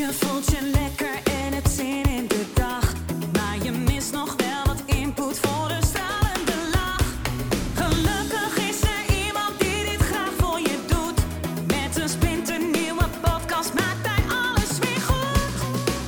Je voelt je lekker en hebt zin in de dag. Maar je mist nog wel wat input voor een stralende lach. Gelukkig is er iemand die dit graag voor je doet. Met een splinternieuwe podcast maakt hij alles weer goed.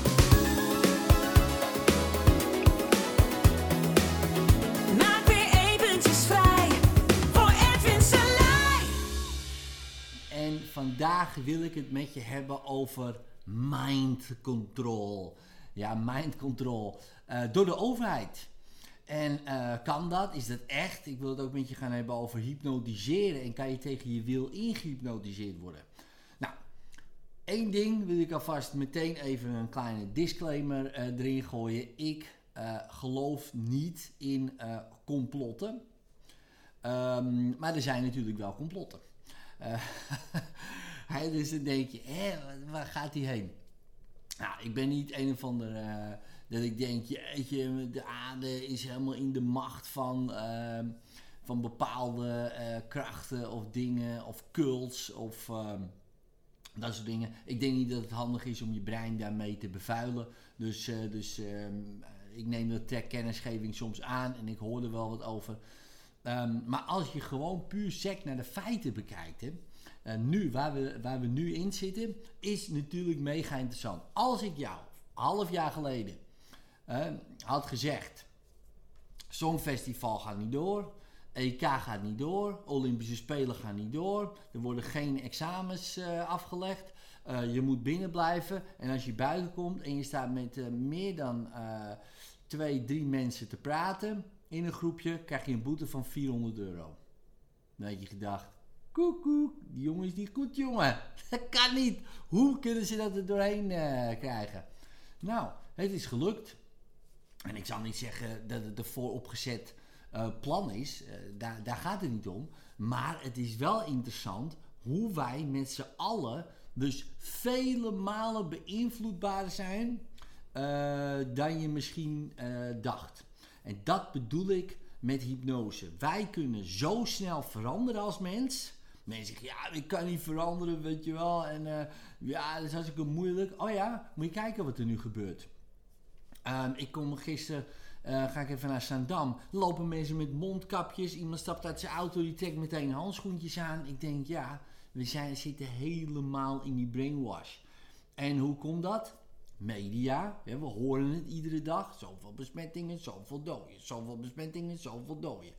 Maak weer eventjes vrij voor Edwin Selei. En vandaag wil ik het met je hebben over mind control. Ja, mind control. Door de overheid. En kan dat? Is dat echt? Ik wil het ook met je gaan hebben over hypnotiseren. En kan je tegen je wil ingehypnotiseerd worden? Nou, één ding wil ik alvast meteen even een kleine disclaimer erin gooien. Ik geloof niet in complotten. Maar er zijn natuurlijk wel complotten. Dus dan denk je, waar gaat hij heen? Nou, ik ben niet een of ander dat ik denk, jeetje, de aarde is helemaal in de macht van bepaalde krachten of dingen of cults of dat soort dingen. Ik denk niet dat het handig is om je brein daarmee te bevuilen. Dus ik neem de ter kennisgeving soms aan en ik hoor er wel wat over. Maar als je gewoon puur sec naar de feiten bekijkt, nu, waar we nu in zitten, is natuurlijk mega interessant. Als ik jou half jaar geleden had gezegd, Songfestival gaat niet door, EK gaat niet door, Olympische Spelen gaan niet door, er worden geen examens afgelegd, je moet binnen blijven en als je buiten komt en je staat met meer dan 2-3 mensen te praten in een groepje, krijg je een boete van €400. Dan had je gedacht, koekoek, die jongen is niet goed, jongen. Dat kan niet. Hoe kunnen ze dat er doorheen krijgen? Nou, het is gelukt. En ik zal niet zeggen dat het een vooropgezet plan is. Daar gaat het niet om. Maar het is wel interessant hoe wij met z'n allen dus vele malen beïnvloedbaarder zijn dan je misschien dacht. En dat bedoel ik met hypnose. Wij kunnen zo snel veranderen als mens. Mensen zeggen, ja, ik kan niet veranderen, weet je wel. En ja, dat is hartstikke moeilijk. Oh ja, moet je kijken wat er nu gebeurt. Ik kom gisteren, ga ik even naar Zaandam. Lopen mensen met mondkapjes. Iemand stapt uit zijn auto, die trekt meteen handschoentjes aan. Ik denk, ja, we zitten helemaal in die brainwash. En hoe komt dat? Media, we horen het iedere dag. Zoveel besmettingen, zoveel doden. Zoveel besmettingen, zoveel doden.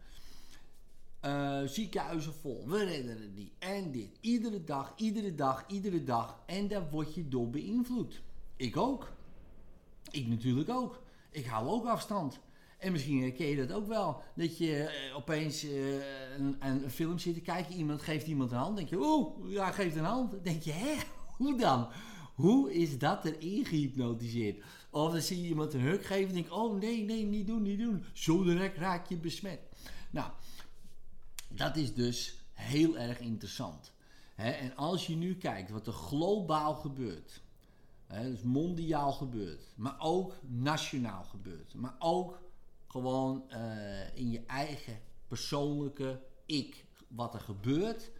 Ziekenhuizen vol, we redden het niet. En dit, iedere dag, iedere dag, iedere dag. En daar word je door beïnvloed. Ik ook. Ik natuurlijk ook. Ik hou ook afstand. En misschien herken je dat ook wel. Dat je opeens een film zit te kijken. Iemand geeft iemand een hand. Denk je, oeh, ja, geeft een hand. Dan denk je, hè, hoe dan? Hoe is dat erin gehypnotiseerd? Of dan zie je iemand een huk geven en denk je, oh nee, niet doen. Zo direct raak je besmet. Nou, dat is dus heel erg interessant. En als je nu kijkt wat er globaal gebeurt, dus mondiaal gebeurt, maar ook nationaal gebeurt, maar ook gewoon in je eigen persoonlijke ik, wat er gebeurt.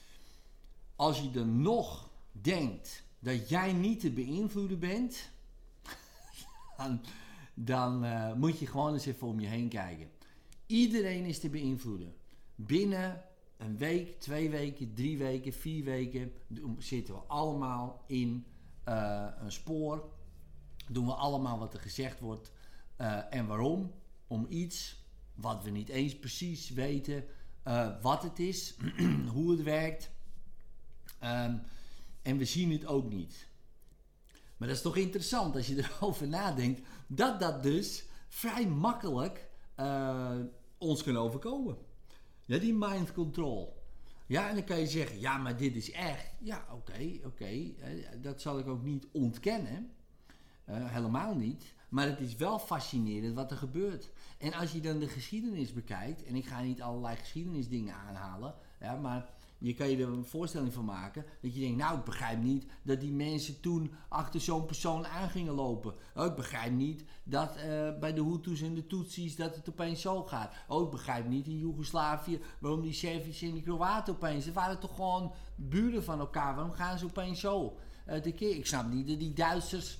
Als je er nog denkt dat jij niet te beïnvloeden bent, dan moet je gewoon eens even om je heen kijken. Iedereen is te beïnvloeden. Binnen een week, 2 weken, 3 weken, 4 weken zitten we allemaal in een spoor. Doen we allemaal wat er gezegd wordt. En waarom? Om iets wat we niet eens precies weten wat het is, hoe het werkt. En we zien het ook niet. Maar dat is toch interessant als je erover nadenkt, dat dus vrij makkelijk ons kan overkomen. Ja, die mind control. Ja, en dan kan je zeggen, ja, maar dit is echt. Ja, oké. Dat zal ik ook niet ontkennen. Helemaal niet. Maar het is wel fascinerend wat er gebeurt. En als je dan de geschiedenis bekijkt, en ik ga niet allerlei geschiedenisdingen aanhalen, ja, maar je kan je er een voorstelling van maken. Dat je denkt, nou ik begrijp niet dat die mensen toen achter zo'n persoon aan gingen lopen. Oh, ik begrijp niet dat bij de Hutus en de Tutsis dat het opeens zo gaat. Oh, ik begrijp niet in Joegoslavië waarom die Serviërs en die Kroaten opeens. Ze waren toch gewoon buren van elkaar. Waarom gaan ze opeens zo tekeer? Ik snap niet dat die Duitsers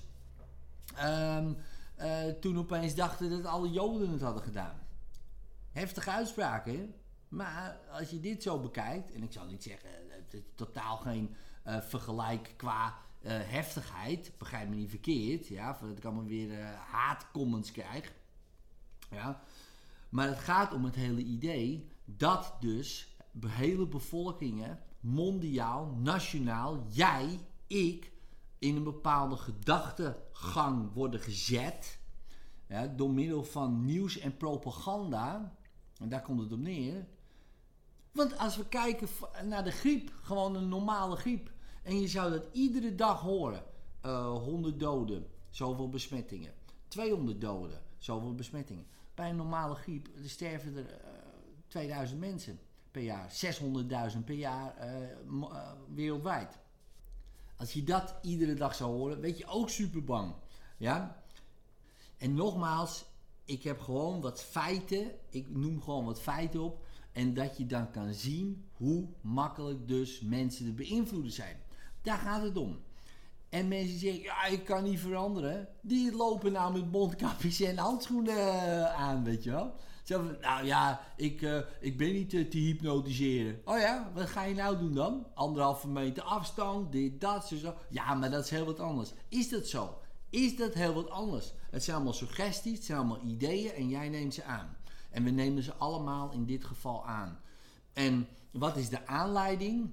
toen opeens dachten dat alle Joden het hadden gedaan. Heftige uitspraken, hè? Maar als je dit zo bekijkt, en ik zal niet zeggen, het is totaal geen vergelijk qua heftigheid, begrijp me niet verkeerd, ja, voordat ik allemaal weer haatcomments krijg. Ja. Maar het gaat om het hele idee dat dus hele bevolkingen, mondiaal, nationaal, jij, ik, in een bepaalde gedachtegang worden gezet, ja, door middel van nieuws en propaganda. En daar komt het op neer. Want als we kijken naar de griep, gewoon een normale griep, en je zou dat iedere dag horen. 100 doden, zoveel besmettingen. 200 doden, zoveel besmettingen. Bij een normale griep sterven er 2000 mensen per jaar. 600.000 per jaar wereldwijd. Als je dat iedere dag zou horen, weet je ook super bang. Ja? En nogmaals, ik heb gewoon wat feiten. Ik noem gewoon wat feiten op. En dat je dan kan zien hoe makkelijk dus mensen te beïnvloeden zijn. Daar gaat het om. En mensen zeggen, ja, ik kan niet veranderen. Die lopen nou met mondkapjes en handschoenen aan, weet je wel. Zo van, nou ja, ik ben niet te hypnotiseren. Oh ja, wat ga je nou doen dan? 1,5 meter afstand, dit, dat, zo. Ja, maar dat is heel wat anders. Is dat zo? Is dat heel wat anders? Het zijn allemaal suggesties, het zijn allemaal ideeën en jij neemt ze aan. En we nemen ze allemaal in dit geval aan. En wat is de aanleiding?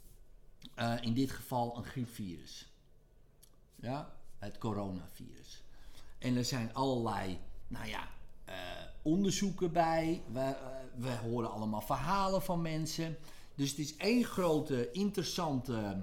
In dit geval een griepvirus. Ja, het coronavirus. En er zijn allerlei, onderzoeken bij. We horen allemaal verhalen van mensen. Dus het is één grote, interessante,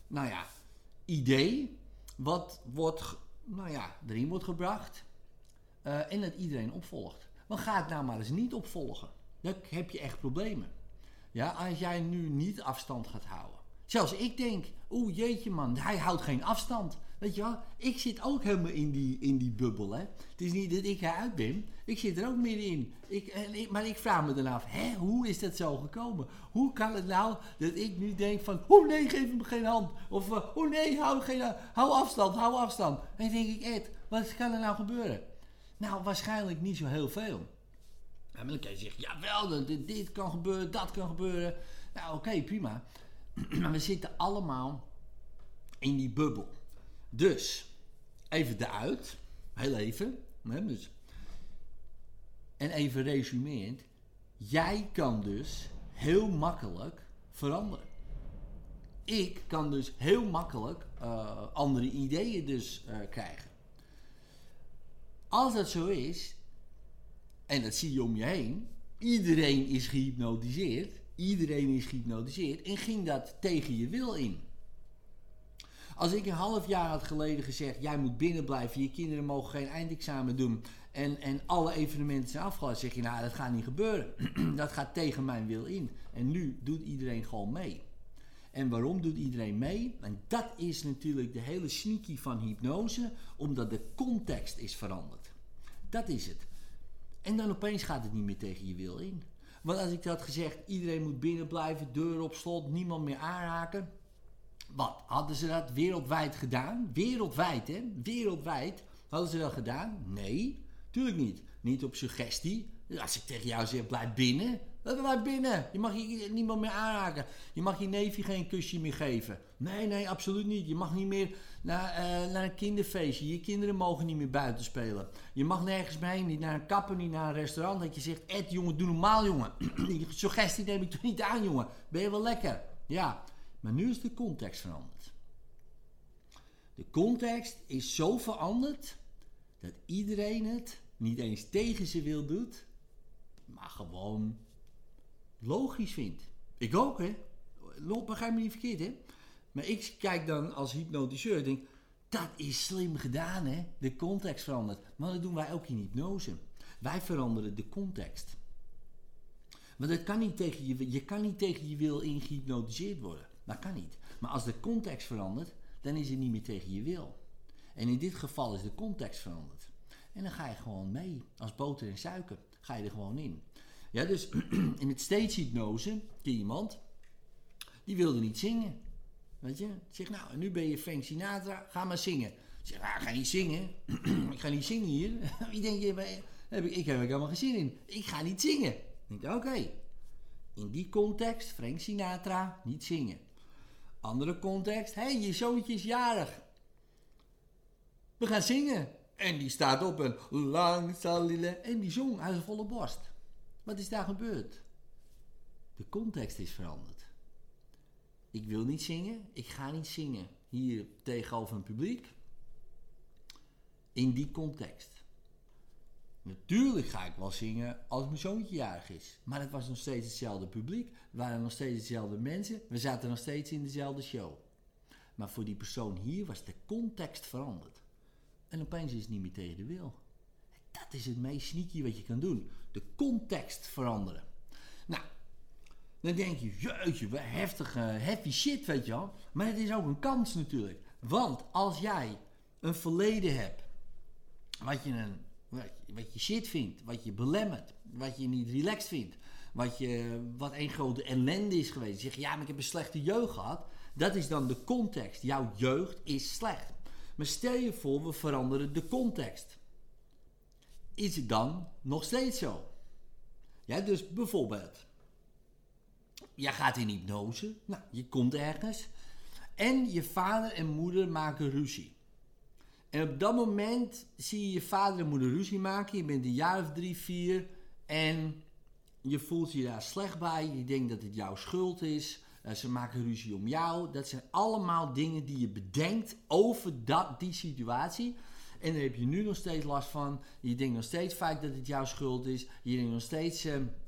idee. Wat wordt, erin wordt gebracht. En dat iedereen opvolgt. Maar ga het nou maar eens niet opvolgen. Dan heb je echt problemen. Ja, als jij nu niet afstand gaat houden. Zelfs ik denk, oeh jeetje man, hij houdt geen afstand. Weet je wel, ik zit ook helemaal in die bubbel. Hè? Het is niet dat ik eruit ben. Ik zit er ook middenin. Maar ik vraag me dan af, hoe is dat zo gekomen? Hoe kan het nou dat ik nu denk van, oh nee, geef hem geen hand. Of, oh nee, hou afstand. En dan denk ik, Ed, wat kan er nou gebeuren? Nou, waarschijnlijk niet zo heel veel. Maar dan kan je zeggen, jawel, dit kan gebeuren, dat kan gebeuren. Nou, oké, prima. Maar we zitten allemaal in die bubbel. Dus, even eruit. Heel even. Dus. En even resumerend. Jij kan dus heel makkelijk veranderen. Ik kan dus heel makkelijk andere ideeën dus krijgen. Als dat zo is, en dat zie je om je heen, iedereen is gehypnotiseerd en ging dat tegen je wil in. Als ik een half jaar had geleden gezegd, jij moet binnen blijven, je kinderen mogen geen eindexamen doen en alle evenementen zijn afgelast, zeg je, nou dat gaat niet gebeuren. Dat gaat tegen mijn wil in. En nu doet iedereen gewoon mee. En waarom doet iedereen mee? En dat is natuurlijk de hele sneaky van hypnose, omdat de context is veranderd. Dat is het. En dan opeens gaat het niet meer tegen je wil in. Want als ik had gezegd, iedereen moet binnen blijven, deur op slot, niemand meer aanraken. Wat? Hadden ze dat wereldwijd gedaan? Wereldwijd, hè? Wereldwijd. Hadden ze dat gedaan? Nee, tuurlijk niet. Niet op suggestie. Als ik tegen jou zeg, blijf binnen. Blijf binnen. Je mag hier niemand meer aanraken. Je mag je neefje geen kusje meer geven. Nee, absoluut niet. Je mag niet meer naar een kinderfeestje. Je kinderen mogen niet meer buiten spelen. Je mag nergens meer heen. Niet naar een kapper, niet naar een restaurant. Dat je zegt, Ed, jongen, doe normaal, jongen. Die suggestie neem ik toch niet aan, jongen. Ben je wel lekker? Ja. Maar nu is de context veranderd. De context is zo veranderd dat iedereen het niet eens tegen zijn wil doet, maar gewoon logisch vindt. Ik ook, hè. Begrijp me niet verkeerd, hè. Maar ik kijk dan als hypnotiseur en denk, dat is slim gedaan, hè. De context verandert. Maar dat doen wij ook in hypnose. Wij veranderen de context. Want het kan niet je kan niet tegen je wil in gehypnotiseerd worden. Dat kan niet. Maar als de context verandert, dan is het niet meer tegen je wil. En in dit geval is de context veranderd. En dan ga je gewoon mee. Als boter en suiker ga je er gewoon in. Ja, dus in het stage hypnose, iemand, die wilde niet zingen. Weet je? Zeg, nou, nu ben je Frank Sinatra, ga maar zingen. Zeg, nou, ik ga niet zingen. Ik ga niet zingen hier. Wie denk je, ik heb er helemaal geen zin in. Ik ga niet zingen. Ik denk, oké. In die context, Frank Sinatra, niet zingen. Andere context, je zoontje is jarig. We gaan zingen. En die staat op en lang salile. En die zong uit een volle borst. Wat is daar gebeurd? De context is veranderd. Ik wil niet zingen. Ik ga niet zingen. Hier tegenover een publiek. In die context. Natuurlijk ga ik wel zingen als mijn zoontje jarig is. Maar het was nog steeds hetzelfde publiek. We waren nog steeds dezelfde mensen. We zaten nog steeds in dezelfde show. Maar voor die persoon hier was de context veranderd. En opeens is het niet meer tegen de wil. Dat is het meest sneaky wat je kan doen. De context veranderen. Nou, dan denk je, jeetje, wat heftige, heavy shit, weet je wel. Maar het is ook een kans natuurlijk. Want als jij een verleden hebt, wat je shit vindt, wat je belemmert, wat je niet relaxed vindt, wat een grote ellende is geweest. Je zegt, ja, maar ik heb een slechte jeugd gehad. Dat is dan de context. Jouw jeugd is slecht. Maar stel je voor, we veranderen de context. Is het dan nog steeds zo? Ja, dus bijvoorbeeld, jij gaat in hypnose, nou, je komt ergens en je vader en moeder maken ruzie. En op dat moment zie je vader en moeder ruzie maken, je bent een jaar of 3, 4 en je voelt je daar slecht bij, je denkt dat het jouw schuld is, ze maken ruzie om jou. Dat zijn allemaal dingen die je bedenkt over die situatie. En daar heb je nu nog steeds last van. Je denkt nog steeds vaak dat het jouw schuld is. Je denkt nog steeds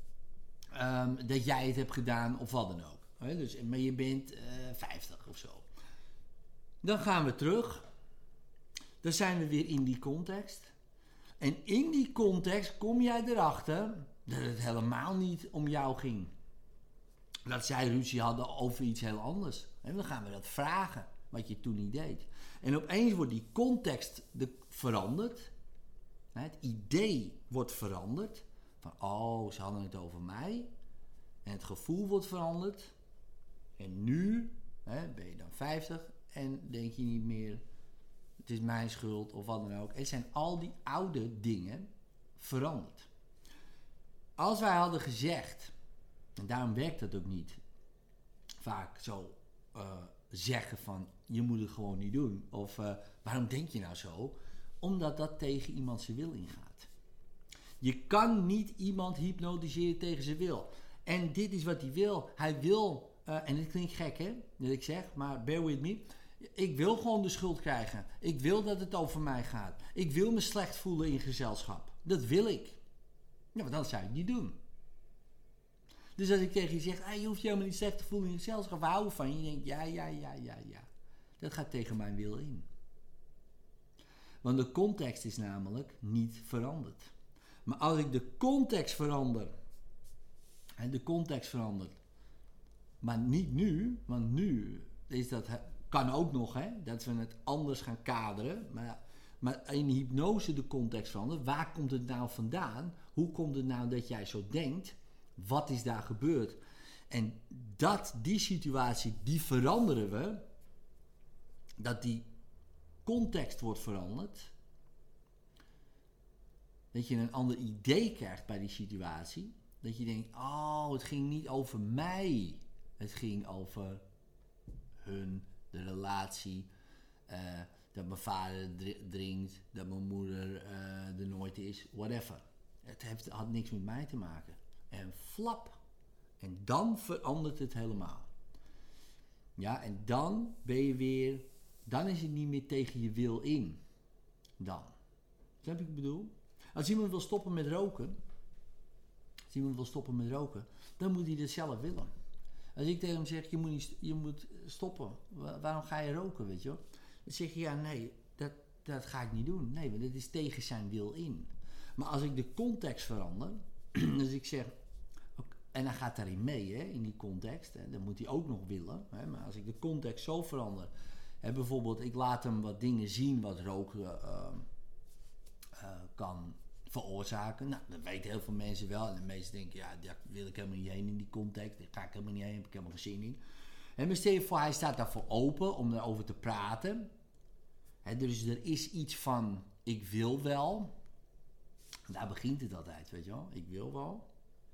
dat jij het hebt gedaan of wat dan ook. Dus, maar je bent 50 of zo. Dan gaan we terug. Dan zijn we weer in die context. En in die context kom jij erachter dat het helemaal niet om jou ging. Dat zij ruzie hadden over iets heel anders. En dan gaan we dat vragen, wat je toen niet deed. En opeens wordt die context veranderd. Het idee wordt veranderd. Van, oh, ze hadden het over mij. En het gevoel wordt veranderd. En nu ben je dan 50 en denk je niet meer, het is mijn schuld of wat dan ook. Het zijn al die oude dingen veranderd. Als wij hadden gezegd, en daarom werkt dat ook niet, vaak zo zeggen van, je moet het gewoon niet doen. Of waarom denk je nou zo? Omdat dat tegen iemand zijn wil ingaat. Je kan niet iemand hypnotiseren tegen zijn wil. En dit is wat hij wil. Hij wil, en dit klinkt gek hè, dat ik zeg, maar bear with me. Ik wil gewoon de schuld krijgen. Ik wil dat het over mij gaat. Ik wil me slecht voelen in gezelschap. Dat wil ik. Ja, maar dan zou je het niet doen. Dus als ik tegen je zeg, je hoeft je helemaal niet slecht te voelen in gezelschap, we houden van je. Je denkt, ja. Dat gaat tegen mijn wil in. Want de context is namelijk niet veranderd. Maar als ik de context verander, en de context verandert, maar niet nu, want nu is dat, kan ook nog, dat we het anders gaan kaderen, maar in hypnose de context verandert. Waar komt het nou vandaan? Hoe komt het nou dat jij zo denkt? Wat is daar gebeurd? En die situatie, die veranderen we. Dat die context wordt veranderd. Dat je een ander idee krijgt bij die situatie. Dat je denkt, het ging niet over mij. Het ging over hun, de relatie. Dat mijn vader drinkt. Dat mijn moeder er nooit is. Whatever. Het had niks met mij te maken. En flap. En dan verandert het helemaal. Ja, en dan ben je weer, dan is het niet meer tegen je wil in. Dan. Snap je wat ik bedoel? Als iemand wil stoppen met roken, dan moet hij dat zelf willen. Als ik tegen hem zeg, je moet stoppen. Waarom ga je roken, weet je wel? Dan zeg je, ja, nee, dat ga ik niet doen. Nee, want dat is tegen zijn wil in. Maar als ik de context verander, dus ik zeg, En hij gaat daarin mee, hè, in die context. En dat moet hij ook nog willen. Hè. Maar als ik de context zo verander. Hè, bijvoorbeeld, ik laat hem wat dingen zien wat rook kan veroorzaken. Nou, dat weten heel veel mensen wel. En de meesten denken, ja, daar wil ik helemaal niet heen in die context. Daar ga ik helemaal niet heen, heb ik helemaal geen zin in. En maar stel je voor, hij staat daarvoor open om daarover te praten. Hè, dus er is iets van, ik wil wel. Daar begint het altijd, weet je wel. Ik wil wel.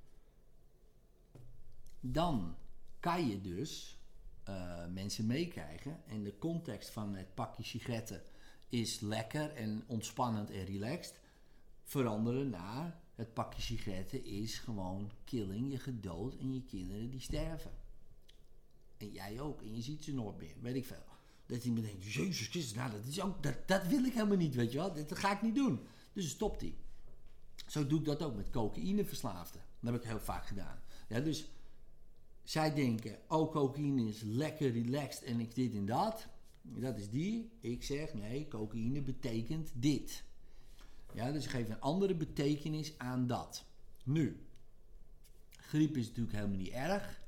Dan kan je dus mensen meekrijgen. En de context van het pakje sigaretten is lekker en ontspannend en relaxed. Veranderen naar het pakje sigaretten is gewoon killing, je gedood en je kinderen die sterven. En jij ook. En je ziet ze nooit meer, weet ik veel. Dat iemand denkt, Jezus Christus, nou dat wil ik helemaal niet, weet je wel. Dat ga ik niet doen. Dus stopt hij. Zo doe ik dat ook met cocaïneverslaafden. Dat heb ik heel vaak gedaan. Ja, dus zij denken, oh, cocaïne is lekker relaxed en ik dit en dat. Dat is die. Ik zeg, nee, cocaïne betekent dit. Ja, dus ik geef een andere betekenis aan dat. Nu, griep is natuurlijk helemaal niet erg.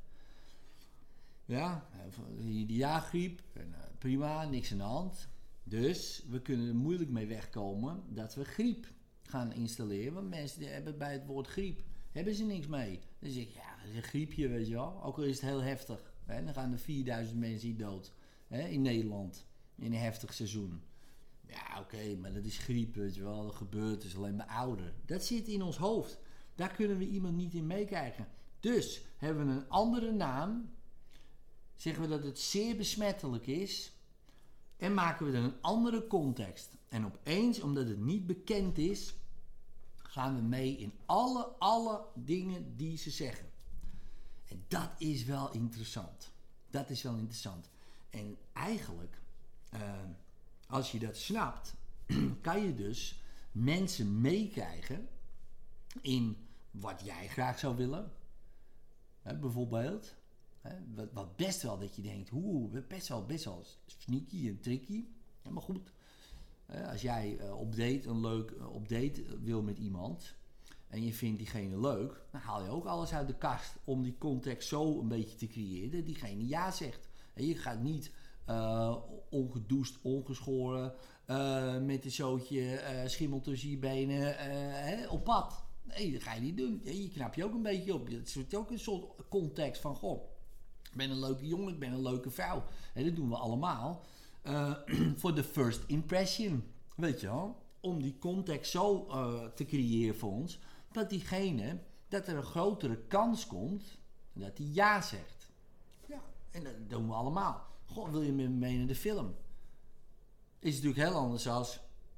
Ja, de jaargriep, prima, niks aan de hand. Dus we kunnen er moeilijk mee wegkomen dat we griep gaan installeren. Want mensen die hebben bij het woord griep, hebben ze niks mee. Dan zeg ik, ja, dat is een griepje, weet je wel. Ook al is het heel heftig. Hè? Dan gaan er 4000 mensen hier dood. Hè? In Nederland. In een heftig seizoen. Ja, oké, maar dat is griep, weet je wel. Dat gebeurt, is alleen bij ouderen. Dat zit in ons hoofd. Daar kunnen we iemand niet in meekrijgen. Dus hebben we een andere naam. Zeggen we dat het zeer besmettelijk is. En maken we er een andere context. En opeens, omdat het niet bekend is, gaan we mee in alle dingen die ze zeggen. En dat is wel interessant. Dat is wel interessant. En eigenlijk, als je dat snapt, kan je dus mensen meekrijgen in wat jij graag zou willen. Bijvoorbeeld. Wat best wel dat je denkt, best wel sneaky en tricky. Ja, maar goed. Als jij op date wil met iemand en je vindt diegene leuk, dan haal je ook alles uit de kast om die context zo een beetje te creëren dat diegene ja zegt. En je gaat niet ongedoucht, ongeschoren, met een zootje schimmel tussen je benen op pad. Nee, dat ga je niet doen. Je knap je ook een beetje op. Het is ook een soort context van, goh, ik ben een leuke jongen, ik ben een leuke vrouw. En dat doen we allemaal. Voor de first impression, weet je wel. Om die context zo te creëren voor ons, dat er een grotere kans komt dat hij ja zegt. Ja, en dat doen we allemaal. Goh, wil je met me mee naar de film? Is natuurlijk heel anders als,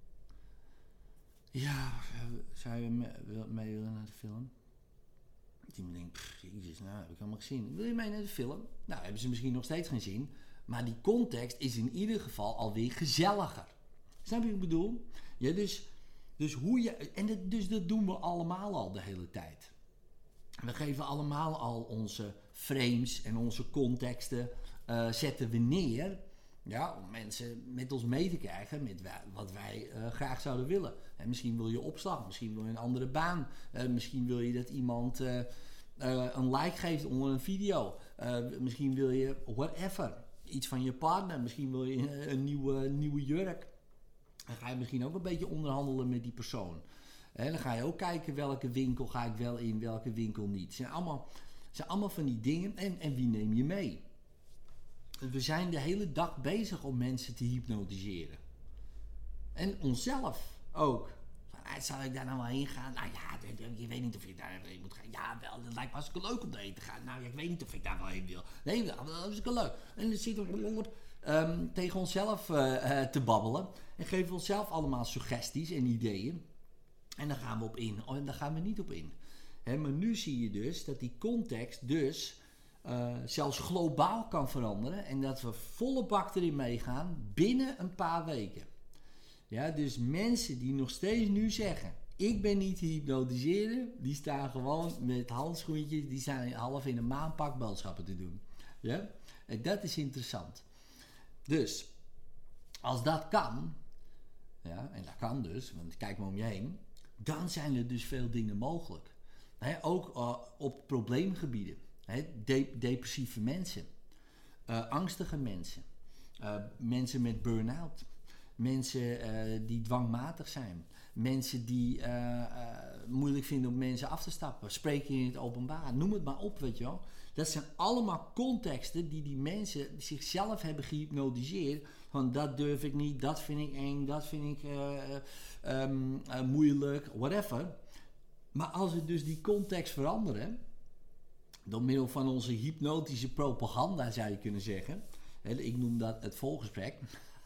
ja, zou je mee willen naar de film? Iemand denkt, jezus, nou heb ik helemaal gezien. Wil je mee naar de film? Nou, hebben ze misschien nog steeds geen zin. Maar die context is in ieder geval alweer gezelliger. Snap je wat ik bedoel? Ja, dus hoe je... En dus dat doen we allemaal al de hele tijd. We geven allemaal al onze frames en onze contexten zetten we neer. Ja, om mensen met ons mee te krijgen met wat wij graag zouden willen. En misschien wil je opslag, misschien wil je een andere baan. Misschien wil je dat iemand een like geeft onder een video. Misschien wil je whatever. Iets van je partner. Misschien wil je een nieuwe jurk. Dan ga je misschien ook een beetje onderhandelen met die persoon. Dan ga je ook kijken welke winkel ga ik wel in, welke winkel niet. Het zijn allemaal van die dingen. En wie neem je mee? We zijn de hele dag bezig om mensen te hypnotiseren. En onszelf ook. Zal ik daar nou wel heen gaan? Nou ja, je weet niet of je daar heen moet gaan. Ja, wel, dat lijkt me hartstikke leuk om daarheen te gaan. Nou ja, ik weet niet of ik daar wel heen wil. Nee, dat is hartstikke leuk. En dan zitten we tegen onszelf te babbelen. En geven we onszelf allemaal suggesties en ideeën. En daar gaan we op in. En daar gaan we niet op in. Maar nu zie je dus dat die context dus zelfs globaal kan veranderen. En dat we volle bak erin meegaan binnen een paar weken. Ja, dus mensen die nog steeds nu zeggen, ik ben niet te hypnotiseren, die staan gewoon met handschoentjes, die staan half in een maanpak boodschappen te doen. Ja? En dat is interessant. Dus, als dat kan, ja, en dat kan dus, want kijk maar om je heen, dan zijn er dus veel dingen mogelijk. Ook op probleemgebieden. Depressieve mensen. Angstige mensen. Mensen met burn-out. Mensen die dwangmatig zijn. Mensen die moeilijk vinden om mensen af te stappen. Spreken in het openbaar. Noem het maar op, weet je wel. Dat zijn allemaal contexten die mensen zichzelf hebben gehypnotiseerd. Van dat durf ik niet, dat vind ik eng, dat vind ik moeilijk, whatever. Maar als we dus die context veranderen, door middel van onze hypnotische propaganda zou je kunnen zeggen. Ik noem dat het volgesprek.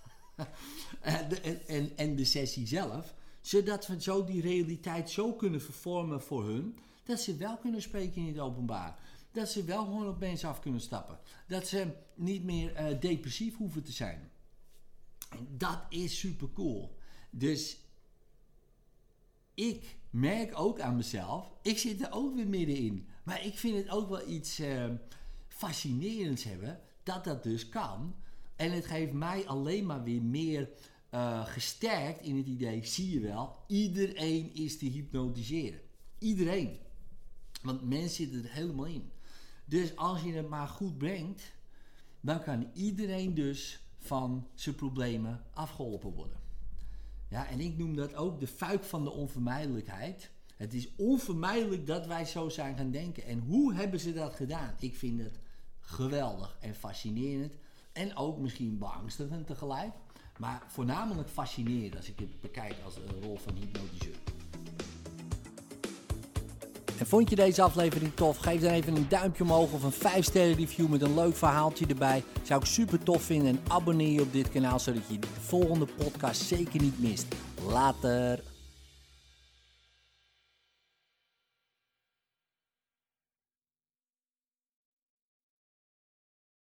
en de sessie zelf. Zodat we zo die realiteit zo kunnen vervormen voor hun. Dat ze wel kunnen spreken in het openbaar. Dat ze wel gewoon op mensen af kunnen stappen. Dat ze niet meer depressief hoeven te zijn. En dat is super cool. Dus ik merk ook aan mezelf. Ik zit er ook weer middenin. Maar ik vind het ook wel iets fascinerends hebben. Dat dus kan. En het geeft mij alleen maar weer meer gesterkt in het idee. Zie je wel. Iedereen is te hypnotiseren. Iedereen. Want mensen zitten er helemaal in. Dus als je het maar goed brengt, dan kan iedereen dus van zijn problemen afgeholpen worden. Ja, en ik noem dat ook de fuik van de onvermijdelijkheid. Het is onvermijdelijk dat wij zo zijn gaan denken. En hoe hebben ze dat gedaan? Ik vind het geweldig en fascinerend. En ook misschien beangstigend tegelijk. Maar voornamelijk fascinerend als ik het bekijk als een rol van hypnotiseur. En vond je deze aflevering tof? Geef dan even een duimpje omhoog of een 5-sterren review met een leuk verhaaltje erbij. Zou ik super tof vinden. En abonneer je op dit kanaal zodat je de volgende podcast zeker niet mist. Later!